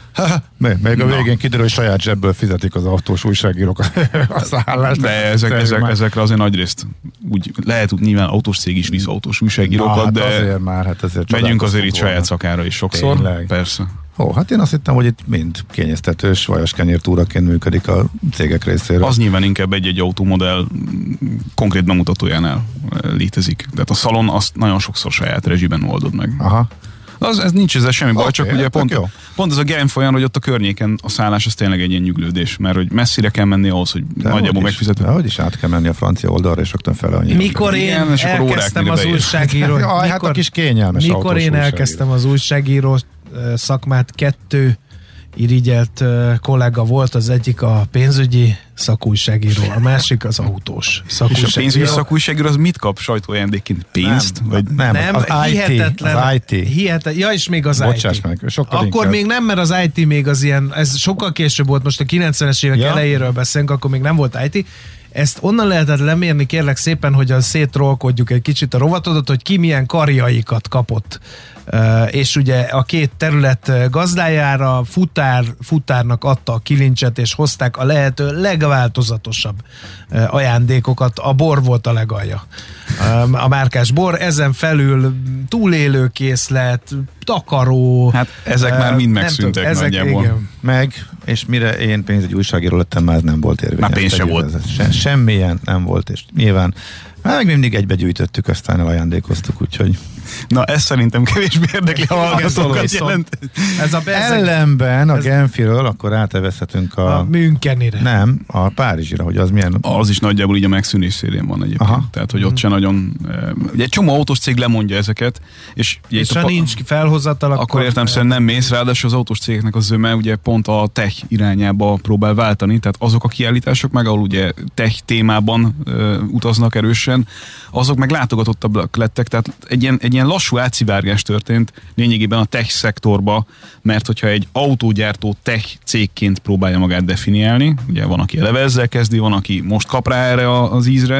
Még a végén Na. kiderül, hogy saját zsebből fizetik az autós újságírók a szállást. De ezek, ezek, ezekre azért nagyrészt úgy lehet, hogy nyilván autós cég is visz autós újságírókat, Na, hát de azért már, hát azért megyünk azért itt saját szakára is sokszor. Tényleg. Persze. Ó, hát én azt hittem, hogy itt mind kényeztetős vajaskenyér túraként működik a cégek részéről. Az nyilván inkább egy-egy autómodell konkrét bemutatójánál létezik. Tehát a szalon azt nagyon sokszor saját rezsiben oldod meg. Aha. Az, ez nincs ezzel semmi baj, okay, csak ugye pont, jó. pont ez a Genf olyan, hogy ott a környéken a szállás az tényleg egy ilyen nyüglődés, mert hogy messzire kell menni ahhoz, hogy de nagyjából megfizető. De hogy is át kell menni a francia oldalra, és rögtön fele annyi. Mikor én Igen, elkezdtem az újságíró... Jaj, mikor, hát a kis kényelmes mikor én elkezdtem az újságíró szakmát, kettő irigyelt kollega volt, az egyik a pénzügyi szakújságíró, a másik az autós szakújságíró. És a pénzügyi szakújságíró az mit kap sajtóajándékként? Pénzt? Nem, vagy? nem, nem az, az hihetetlen, az i té. Hihetetlen, ja, és még az Bocsáss i té. Meg, sokkal Akkor inkább. még nem, mert az i té még az ilyen, ez sokkal később volt, most a kilencvenes évek ja. elejéről beszélünk, akkor még nem volt i té. Ezt onnan lehetett lemérni, kérlek szépen, hogy a szétrolkodjuk egy kicsit a rovatodat, hogy ki milyen karjaikat kapott. Uh, és ugye a két terület gazdájára futár, futárnak adta a kilincset, és hozták a lehető legváltozatosabb uh, ajándékokat. A bor volt a legalja. Um, a márkás bor, ezen felül túlélőkészlet, takaró. Hát ezek uh, már mind megszűntek tudom, ezek, nagyjából. Igen. Meg, és mire én pénzügyi újságíró lettem, már ez nem volt érvényes. Már pénz sem volt. Se, semmilyen nem volt, és nyilván meg mindig egybe gyűjtöttük, aztán elajándékoztuk, úgyhogy... Na, ez szerintem kevésbé érdekli a hallgatókat jelent. Ez a ellenben a Genfiről akkor átevezhetünk a... A Münchenire. Nem, a Párizsira, hogy az milyen... Az is nagyjából így a megszűnés szélén van egyébként. Aha. Tehát, hogy ott hmm. se nagyon... Ugye egy csomó autós cég lemondja ezeket, és... És ha nincs felhozatal, akkor... Akkor értelemszerűen nem mész, ráadásul az autós cégeknek az zöme ugye pont a tech irányába próbál váltani, tehát azok a kiállítások meg, ahol ugye tech témában uh, utaznak erősen, azok meg látogatottabbak lettek, tehát egy ilyen, egy ilyen lassú átszivárgás történt lényegében a tech szektorba, mert hogyha egy autógyártó tech cégként próbálja magát definiálni, ugye van, aki eleve ezzel kezdi, van, aki most kap rá erre az ízre.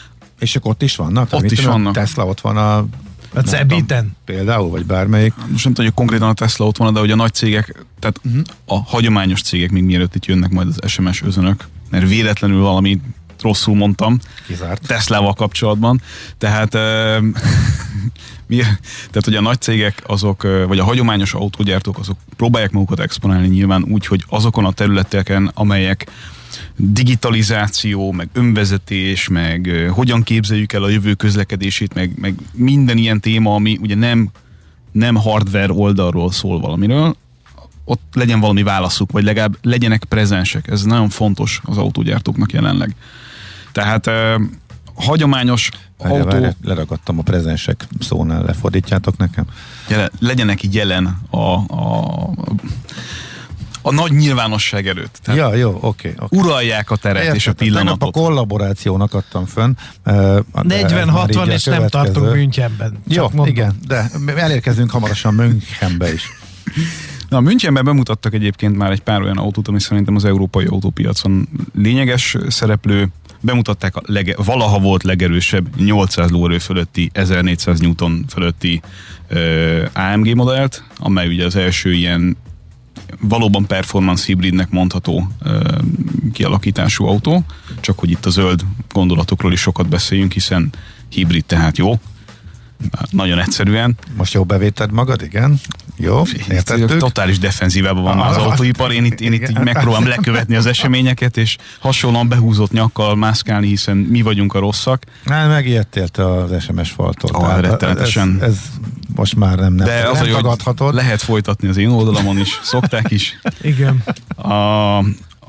És akkor ott is vannak? Ott is vannak. Tesla ott van a... A Cebiten. Például, vagy bármelyik. Most nem tudom, hogy konkrétan a Tesla ott van, de hogy a nagy cégek, tehát uh-huh. a hagyományos cégek még mielőtt itt jönnek majd az es em es özönök, mert véletlenül valami rosszul mondtam. Kizárt. Teslával kapcsolatban. Tehát, e, mi, tehát hogy a nagy cégek azok, vagy a hagyományos autógyártók azok próbálják magukat exponálni nyilván úgy, hogy azokon a területeken, amelyek digitalizáció, meg önvezetés, meg uh, hogyan képzeljük el a jövő közlekedését, meg, meg minden ilyen téma, ami ugye nem, nem hardware oldalról szól valamiről, ott legyen valami válaszuk, vagy legalább legyenek prezensek. Ez nagyon fontos az autógyártóknak jelenleg. Tehát uh, hagyományos Várja, autó... várja, leragadtam a prezensek szónál, lefordítjátok nekem. Jelen, legyenek így jelen a, a, a nagy nyilvánosság előtt. Tehát ja, jó, oké. Okay, okay. Uralják a teret Érted, és a pillanatot. A kollaborációnak adtam fönn. negyven hatvan és nem tartunk Münchenben. Jó, mondom. igen, de elérkezünk hamarosan Münchenbe is. Na, Münchenben bemutattak egyébként már egy pár olyan autót, ami szerintem az európai autópiacon lényeges szereplő. Bemutatták a lege, valaha volt legerősebb nyolcszáz lóerő fölötti, ezernégyszáz Newton fölötti uh, á em gé modellt, amely ugye az első ilyen valóban performance hibridnek mondható uh, kialakítású autó, csak hogy itt a zöld gondolatokról is sokat beszéljünk, hiszen hibrid tehát jó. Nagyon egyszerűen. Most jó bevéted magad, igen? Jó, értettük. Totális defenzívában van már az autóipar, én itt, én itt így megpróbálom lekövetni az eseményeket, és hasonlóan behúzott nyakkal mászkálni, hiszen mi vagyunk a rosszak. Hát megijedtél te az es em es faltól. Ah, rettenetesen. Ez, ez most már nem, nem, de nem az tagadhatod. Lehet folytatni az én oldalamon is, szokták is. Igen. A,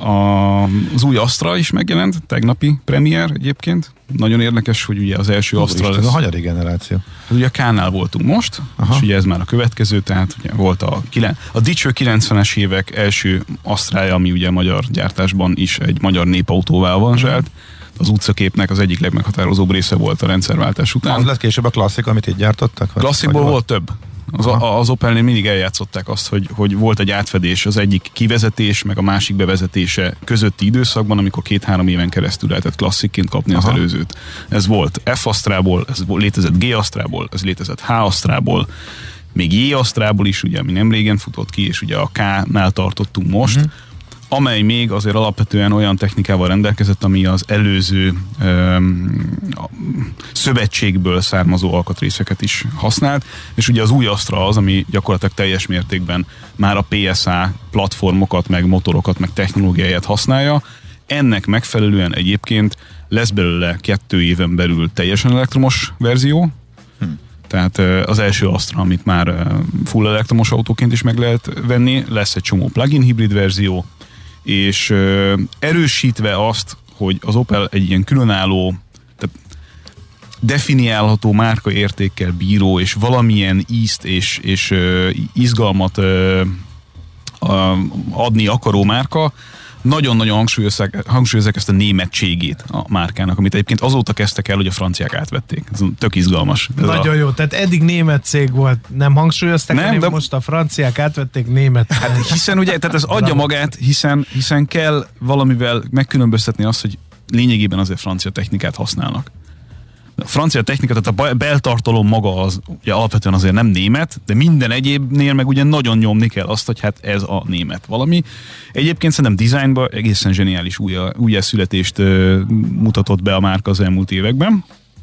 a, az új Astra is megjelent, tegnapi premier egyébként. Nagyon érdekes, hogy ugye az első Astra... Ez a hanyadik generáció. Ugye a K-nál voltunk most, aha, és ugye ez már a következő, tehát ugye volt a, a dicső kilencvenes évek első Astrája, ami ugye magyar gyártásban is egy magyar népautóvá avanzsált. Az utcaképnek az egyik legmeghatározóbb része volt a rendszerváltás után. Az lett később a klasszik, amit itt gyártottak? Klasszikból volt több. Az, az Opelnél mindig eljátszották azt, hogy, hogy volt egy átfedés az egyik kivezetés, meg a másik bevezetése közötti időszakban, amikor két-három éven keresztül lehetett klasszikként kapni az aha, előzőt. Ez volt F-Astrából, ez létezett G-Astrából, ez létezett H-Astrából, még J-Astrából is, ugye, ami nem régen futott ki, és ugye a K-nál tartottunk most, uh-huh, amely még azért alapvetően olyan technikával rendelkezett, ami az előző öm, szövetségből származó alkatrészeket is használt, és ugye az új Astra az, ami gyakorlatilag teljes mértékben már a pé es á platformokat, meg motorokat, meg technológiáját használja. Ennek megfelelően egyébként lesz belőle kettő éven belül teljesen elektromos verzió, hm. Tehát az első Astra, amit már full elektromos autóként is meg lehet venni, lesz egy csomó plug-in hibrid verzió, és uh, erősítve azt, hogy az Opel egy ilyen különálló, tehát definiálható márkaértékkel bíró, és valamilyen ízt és, és uh, izgalmat uh, uh, adni akaró márka, nagyon-nagyon hangsúlyozzák, hangsúlyozzák ezt a németségét a márkának, amit egyébként azóta kezdtek el, hogy a franciák átvették. Ez tök izgalmas. Ez nagyon a... jó, tehát eddig német cég volt, nem hangsúlyozták, nem, hanem de... most a franciák átvették német. Hát hiszen ugye, tehát ez adja magát, hiszen, hiszen kell valamivel megkülönböztetni azt, hogy lényegében azért francia technikát használnak. A francia technika, tehát a beltartalom maga az ugye alapvetően azért nem német, de minden egyébnél meg ugye nagyon nyomni kell azt, hogy hát ez a német valami. Egyébként szerintem dizájnban egészen zseniális újjászületést mutatott be a márka az elmúlt években.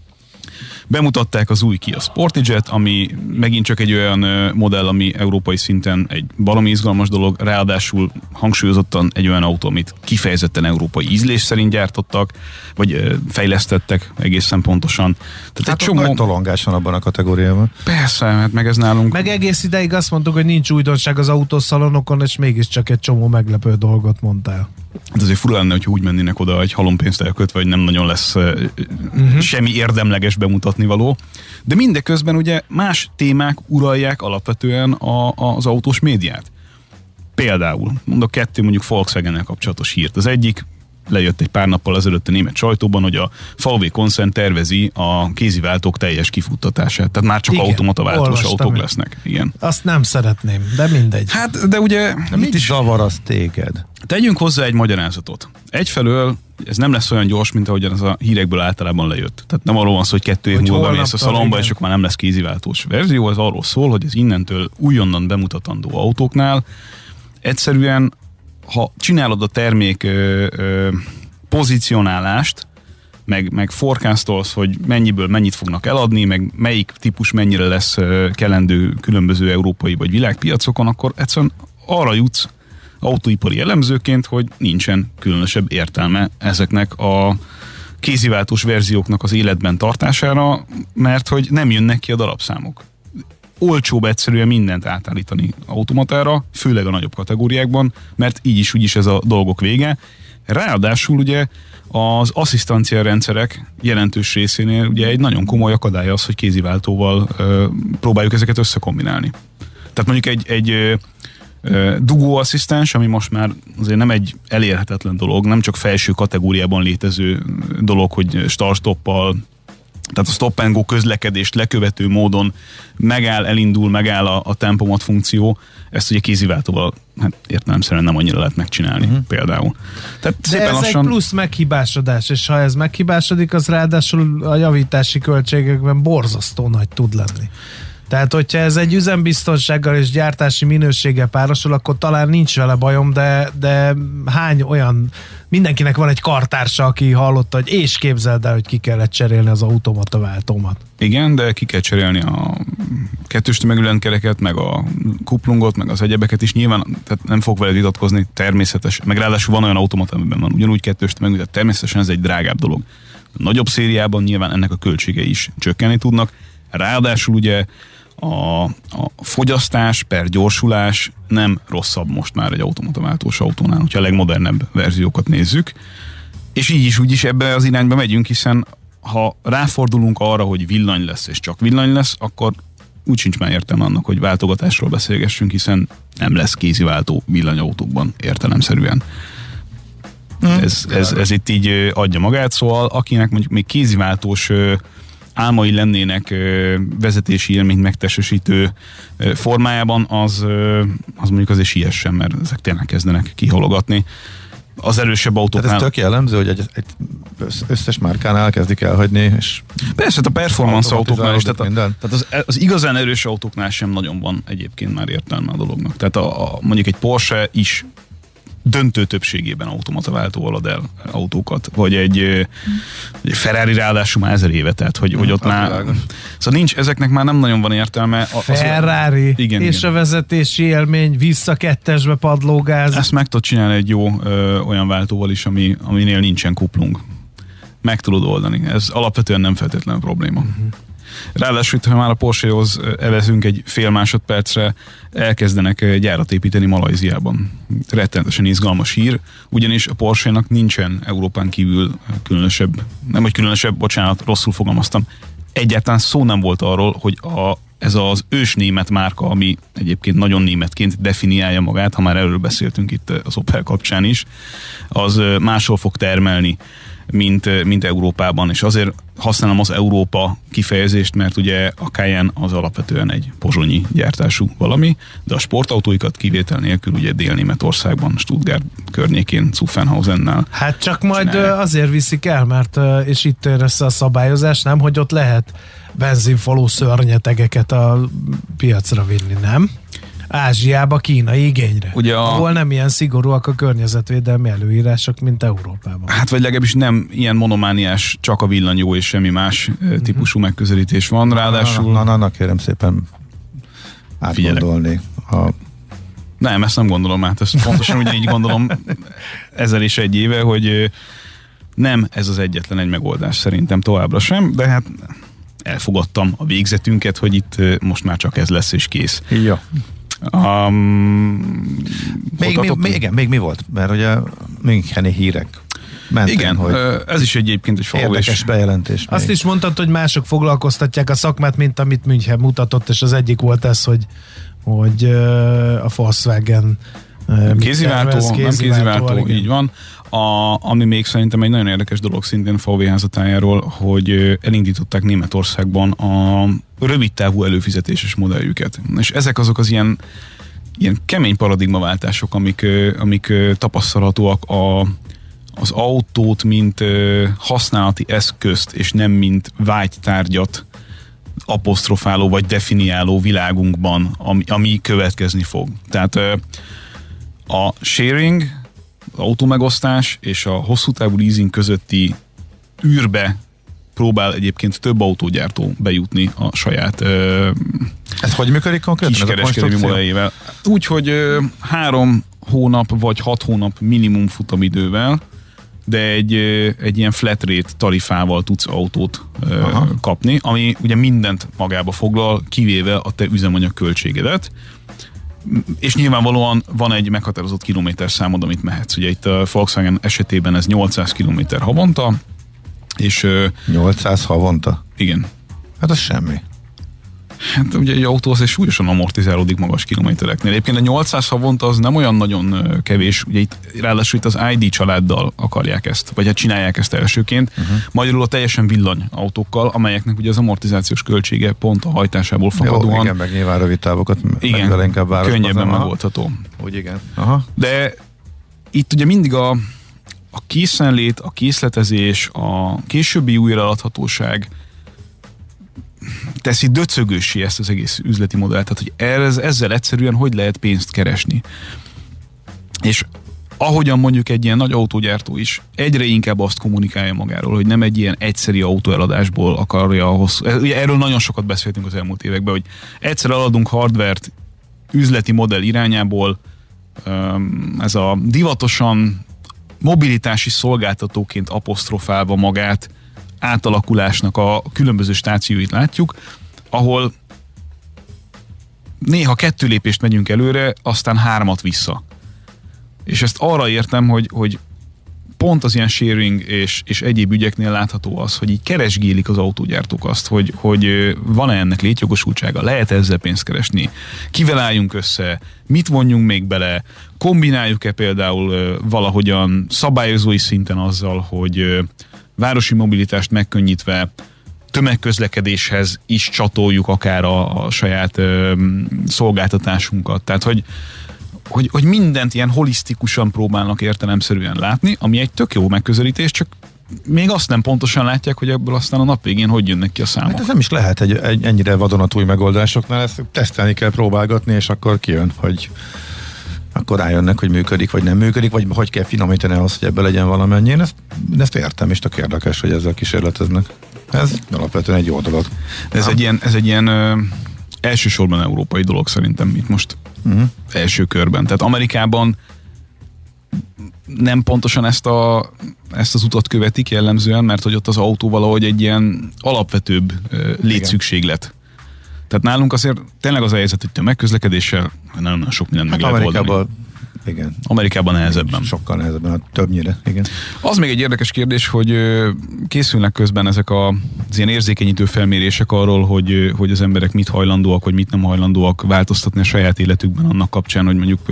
Bemutatták az új Kia Sportage-et, ami megint csak egy olyan modell, ami európai szinten egy baromi izgalmas dolog, ráadásul hangsúlyozottan egy olyan autó, amit kifejezetten európai ízlés szerint gyártottak, vagy fejlesztettek egészen pontosan. Tehát hát egy csomó... nagy tolongás van abban a kategóriában. Persze, hát meg ez nálunk... Meg egész ideig azt mondtuk, hogy nincs újdonság az autószalonokon, és mégiscsak egy csomó meglepő dolgot mondtál. Hát azért fura lenne, hogy úgy mennének oda egy halompénzt elkötve, hogy nem nagyon lesz uh-huh. semmi érdemleges bemutatni való. De mindeközben ugye más témák uralják alapvetően a, az autós médiát. Például, mondok kettő mondjuk Volkswagen-nel kapcsolatos hírt. Az egyik, lejött egy pár nappal ezelőtt a német sajtóban, hogy a vé vé koncern tervezi a kéziváltók teljes kifuttatását. Tehát már csak igen, automata váltós autók lesznek. Igen. Azt nem szeretném, de mindegy. Hát, de ugye... De mit is zavar az téged? Tegyünk hozzá egy magyarázatot. Egyfelől ez nem lesz olyan gyors, mint ahogyan ez a hírekből általában lejött. Tehát nem arról van szó, hogy kettő év múlva mész a szalomba, és akkor már nem lesz kéziváltós verzió. Ez arról szól, hogy ez innentől újonnan bemutatandó autóknál egyszerűen, ha csinálod a termék ö, ö, pozícionálást, meg, meg forecastolsz, hogy mennyiből mennyit fognak eladni, meg melyik típus mennyire lesz kelendő különböző európai vagy világpiacokon, akkor egyszerűen arra jutsz autóipari elemzőként, hogy nincsen különösebb értelme ezeknek a kéziváltós verzióknak az életben tartására, mert hogy nem jönnek ki a darabszámok. Olcsóbb egyszerűen mindent átállítani automatára, főleg a nagyobb kategóriákban, mert így is úgyis ez a dolgok vége. Ráadásul ugye az asszisztancia rendszerek jelentős részénél ugye egy nagyon komoly akadály az, hogy kéziváltóval ö, próbáljuk ezeket összekombinálni. Tehát mondjuk egy, egy ö, ö, dugóasszisztens, ami most már azért nem egy elérhetetlen dolog, nem csak felső kategóriában létező dolog, hogy start-stoppal, tehát a stop and go közlekedést lekövető módon megáll, elindul, megáll a, a tempomat funkció, ezt ugye kéziváltóval hát értelemszerűen nem annyira lehet megcsinálni uh-huh. például. Tehát de ez lassan... egy plusz meghibásodás, és ha ez meghibásodik, az ráadásul a javítási költségekben borzasztó nagy tud lenni. Tehát, hogyha ez egy üzembiztonsággal és gyártási minőséggel párosul, akkor talán nincs vele bajom, de, de hány olyan, mindenkinek van egy kartársa, aki hallotta, hogy és képzeld el, hogy ki kellett cserélni az automata váltómat. Igen, de ki kell cserélni a kettős tömegülendkereket, meg a kuplungot, meg az egyebeket is. Nyilván tehát nem fog veled vitatkozni, természetes, meg ráadásul van olyan automata, amiben van ugyanúgy kettős tömegű, tehát természetesen ez egy drágább dolog. A nagyobb szériában nyilván ennek a költségei is csökkenni tudnak. Ráadásul ugye A, a fogyasztás per gyorsulás nem rosszabb most már egy automataváltós autónál, hogyha a legmodernebb verziókat nézzük. És így is úgy is ebbe az irányba megyünk, hiszen ha ráfordulunk arra, hogy villany lesz és csak villany lesz, akkor úgy sincs már értelme annak, hogy váltogatásról beszélgessünk, hiszen nem lesz kéziváltó villanyautókban értelemszerűen. Hmm. Ez, ez, ez itt így adja magát, szóval akinek mondjuk még kéziváltós álmai lennének ö, vezetési élményt megtestesítő ö, formájában, az, ö, az mondjuk azért siessen, mert ezek tényleg kezdenek kihalogatni. Az erősebb autóknál... Tehát ez tök jellemző, hogy egy, egy összes márkánál elkezdik elhagyni, és... Persze, a performance autóknál is, tehát, a, tehát az, az igazán erős autóknál sem nagyon van egyébként már értelme a dolognak. Tehát a, a, mondjuk egy Porsche is döntő többségében automataváltóval ad el autókat, vagy egy, egy Ferrari ráadásul már ezer éve, tehát hogy, hogy ott már... Szóval nincs, ezeknek már nem nagyon van értelme. Az, Ferrari, igen, és igen. A vezetési élmény, vissza kettesbe padlógáz. Ezt meg tudod csinálni egy jó ö, olyan váltóval is, ami, aminél nincsen kuplung. Meg tudod oldani. Ez alapvetően nem feltétlenül probléma. Uh-huh. Ráadásul, ha már a Porsche-hoz evezünk egy fél másodpercre, elkezdenek gyárat építeni Malajziában. Rettenetesen izgalmas hír, ugyanis a Porsche-nak nincsen Európán kívül különösebb, nem hogy különösebb, bocsánat, rosszul fogalmaztam, egyáltalán szó nem volt arról, hogy a, ez az ős német márka, ami egyébként nagyon németként definiálja magát, ha már erről beszéltünk itt az Opel kapcsán is, az máshol fog termelni, mint, mint Európában, és azért használom az Európa kifejezést, mert ugye a Cayenne az alapvetően egy pozsonyi gyártású valami, de a sportautóikat kivétel nélkül ugye Dél-Németországban, Stuttgart környékén, Zuffenhausennál. Hát csak majd csinálják. Azért viszik el, mert és itt ér össze a szabályozás, nem, hogy ott lehet benzinfaló szörnyetegeket a piacra vinni, nem? Ázsiába, kínai igényre. Ugye a... ahol nem ilyen szigorúak a környezetvédelmi előírások, mint Európában. Hát vagy legalábbis nem ilyen monomániás, csak a villany jó és semmi más uh-huh. típusú megközelítés van. Ráadásul... Na, na, na, kérem szépen átgondolni. A... Nem, ezt nem gondolom át. Ezt pontosan úgy így gondolom ezer és egy éve, hogy nem ez az egyetlen egy megoldás szerintem továbbra sem, de hát elfogadtam a végzetünket, hogy itt most már csak ez lesz és kész. Jó. Um, még, mi, még, igen, még mi volt? Mert ugye Müncheni hírek mentén, igen, hogy ez is egyébként egy érdekes bejelentés. Azt még is mondtad, hogy mások foglalkoztatják a szakmát, mint amit München mutatott, és az egyik volt ez, hogy, hogy a Volkswagen kéziváltó, nem kéziváltó, így van. A, ami még szerintem egy nagyon érdekes dolog szintén vé vé házatájáról, hogy elindították Németországban a rövidtávú előfizetéses modelljüket. És ezek azok az ilyen, ilyen kemény paradigmaváltások, amik, amik tapasztalhatóak a, az autót, mint használati eszközt, és nem mint vágytárgyat apostrofáló vagy definiáló világunkban, ami, ami következni fog. Tehát a sharing, az autómegosztás és a hosszú távú leasing közötti űrbe próbál egyébként több autógyártó bejutni a saját ö, ez hogy működik konkrétan? kiskereskedelmi modelljével. Úgy, hogy ö, három hónap vagy hat hónap minimum futamidővel, de egy, ö, egy ilyen flat rate tarifával tudsz autót ö, kapni, ami ugye mindent magába foglal, kivéve a te üzemanyag költségedet. És nyilvánvalóan van egy meghatározott kilométerszámod, amit mehetsz. Ugye itt a Volkswagen esetében ez nyolcszáz kilométer havonta, és... nyolcszáz havonta? Igen. Hát az semmi. Hát ugye egy autó az egy súlyosan amortizálódik magas kilométereknél. Egyébként a nyolcszáz havonta az nem olyan nagyon kevés, ugye itt ráadásul itt az i dé családdal akarják ezt, vagy hát csinálják ezt elsőként. Uh-huh. Magyarul a teljesen villany autókkal, amelyeknek ugye az amortizációs költsége pont a hajtásából fakadóan. Jó, igen, meg nyilván rövid távokat igen, inkább könnyebben megoldható. Úgy igen. Aha. De itt ugye mindig a, a készenlét, a készletezés, a későbbi újraadhatóság teszi döcögőssé ezt az egész üzleti modellt, tehát hogy ez, ezzel egyszerűen hogy lehet pénzt keresni. És ahogyan mondjuk egy ilyen nagy autógyártó is egyre inkább azt kommunikálja magáról, hogy nem egy ilyen egyszeri autóeladásból akarja a hosszú... Ugye erről nagyon sokat beszéltünk az elmúlt években, hogy egyszer eladunk hardvert üzleti modell irányából, ez a divatosan mobilitási szolgáltatóként apostrofálva magát átalakulásnak a különböző stációit látjuk, ahol néha kettő lépést megyünk előre, aztán hármat vissza. És ezt arra értem, hogy, hogy pont az ilyen sharing és, és egyéb ügyeknél látható az, hogy így keresgélik az autógyártók azt, hogy, hogy van-e ennek létjogosultsága, lehet ezzel pénzt keresni, kivel álljunk össze, mit vonjunk még bele, kombináljuk-e például valahogyan szabályozói szinten azzal, hogy városi mobilitást megkönnyítve tömegközlekedéshez is csatoljuk akár a, a saját ö, szolgáltatásunkat. Tehát, hogy, hogy, hogy mindent ilyen holisztikusan próbálnak értelemszerűen látni, ami egy tök jó megközelítés, csak még azt nem pontosan látják, hogy ebből aztán a nap végén hogy jönnek ki a számok. Hát ez nem is lehet egy, egy ennyire vadonatúj megoldásoknál, ezt tesztelni kell, próbálgatni, és akkor kijön, hogy akkor rájönnek, hogy működik, vagy nem működik, vagy hogy kell finomítani ahhoz, hogy ebből legyen valamennyi. Én ezt, ezt értem, és tök érdekes, hogy ezzel kísérleteznek. Ez alapvetően egy jó dolog. Ez egy ilyen, ez egy ilyen ö, elsősorban európai dolog szerintem itt most uh-huh. első körben. Tehát Amerikában nem pontosan ezt, a, ezt az utat követik jellemzően, mert hogy ott az autó valahogy egy ilyen alapvetőbb ö, létszükséglet. Tehát nálunk azért tényleg az a helyzet, hogy tömegközlekedéssel nagyon sok mindent hát meg lehet Amerikában, oldani. Igen. Amerikában nehezebben. Sokkal nehezebben, hát többnyire, igen. Az még egy érdekes kérdés, hogy készülnek közben ezek a, az ilyen érzékenyítő felmérések arról, hogy, hogy az emberek mit hajlandóak, vagy mit nem hajlandóak változtatni a saját életükben annak kapcsán, hogy mondjuk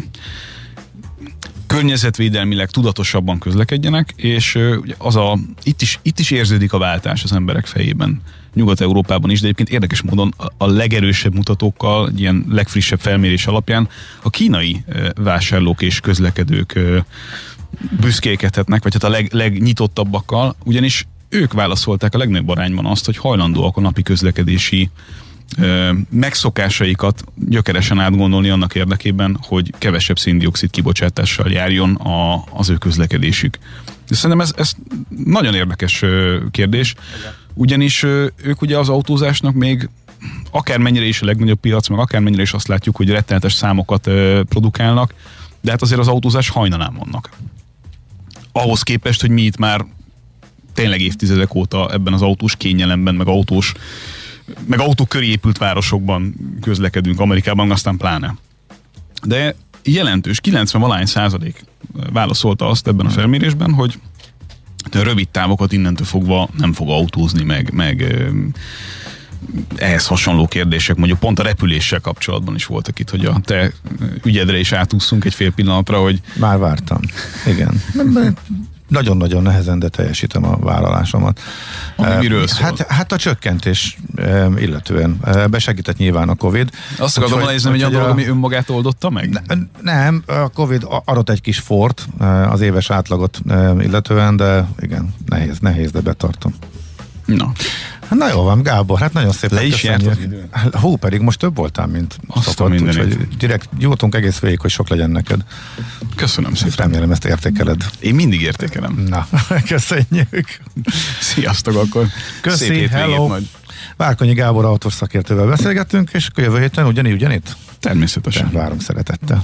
környezetvédelmileg tudatosabban közlekedjenek, és az a, itt, is, itt is érződik a váltás az emberek fejében. Nyugat-Európában is, de egyébként érdekes módon a legerősebb mutatókkal, ilyen legfrissebb felmérés alapján a kínai vásárlók és közlekedők büszkélkedhetnek, vagy hát a leg, legnyitottabbakkal, ugyanis ők válaszolták a legnagyobb arányban azt, hogy hajlandóak a napi közlekedési megszokásaikat gyökeresen átgondolni annak érdekében, hogy kevesebb szén-dioxid kibocsátással járjon a, az ő közlekedésük. De szerintem ez, ez nagyon érdekes kérdés, ugyanis ők ugye az autózásnak még akármennyire is a legnagyobb piac, meg akármennyire is azt látjuk, hogy rettenetes számokat produkálnak, de hát azért az autózás hajnalán vannak. Ahhoz képest, hogy mi itt már tényleg évtizedek óta ebben az autós kényelemben, meg autós meg autók köré épült városokban közlekedünk, Amerikában aztán pláne. De jelentős, kilencven-valány százalék válaszolta azt ebben a felmérésben, hogy a rövid távokat innentől fogva nem fog autózni, meg, meg ehhez hasonló kérdések, mondjuk pont a repüléssel kapcsolatban is voltak itt, hogy a te ügyedre is átúszunk egy fél pillanatra, hogy... Már vártam, igen. Nagyon-nagyon nehezen, de teljesítem a vállalásomat. Ami miről szól? Hát, hát a csökkentés illetően. Besegített nyilván a Covid. Azt akarom nézni, hogy olyan dolog, ami önmagát oldotta meg? Ne, nem, a Covid adott egy kis fort az éves átlagot illetően, de igen, nehéz, nehéz, de betartom. Na. Na jó van, Gábor, hát nagyon szépen Le is járt az idő. Hú, pedig most több voltál, mint Azt szokott, a mindenit. úgyhogy direkt jótunk egész végig, hogy sok legyen neked. Köszönöm szépen. Remélem, ezt értékeled. Én mindig értékelem. Na, köszönjük. Sziasztok akkor. Köszi, Szép hétvégét hello. majd. Várkonyi Gábor autós szakértővel beszélgettünk, és akkor jövő héten ugyanígy, ugyanitt? Természetesen. Várunk szeretettel.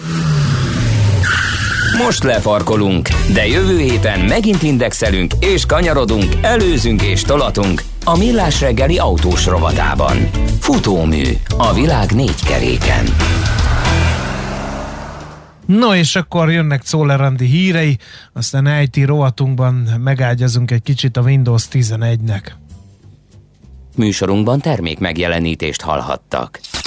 Most lefarkolunk, de jövő héten megint indexelünk és kanyarodunk, előzünk és tolatunk a Millás reggeli autós rovatában. Futómű a világ négy keréken. No és akkor jönnek Czoller Andi hírei, aztán i té rovatunkban megágyazunk egy kicsit a Windows tizenegynek. Műsorunkban termék megjelenítést hallhattak.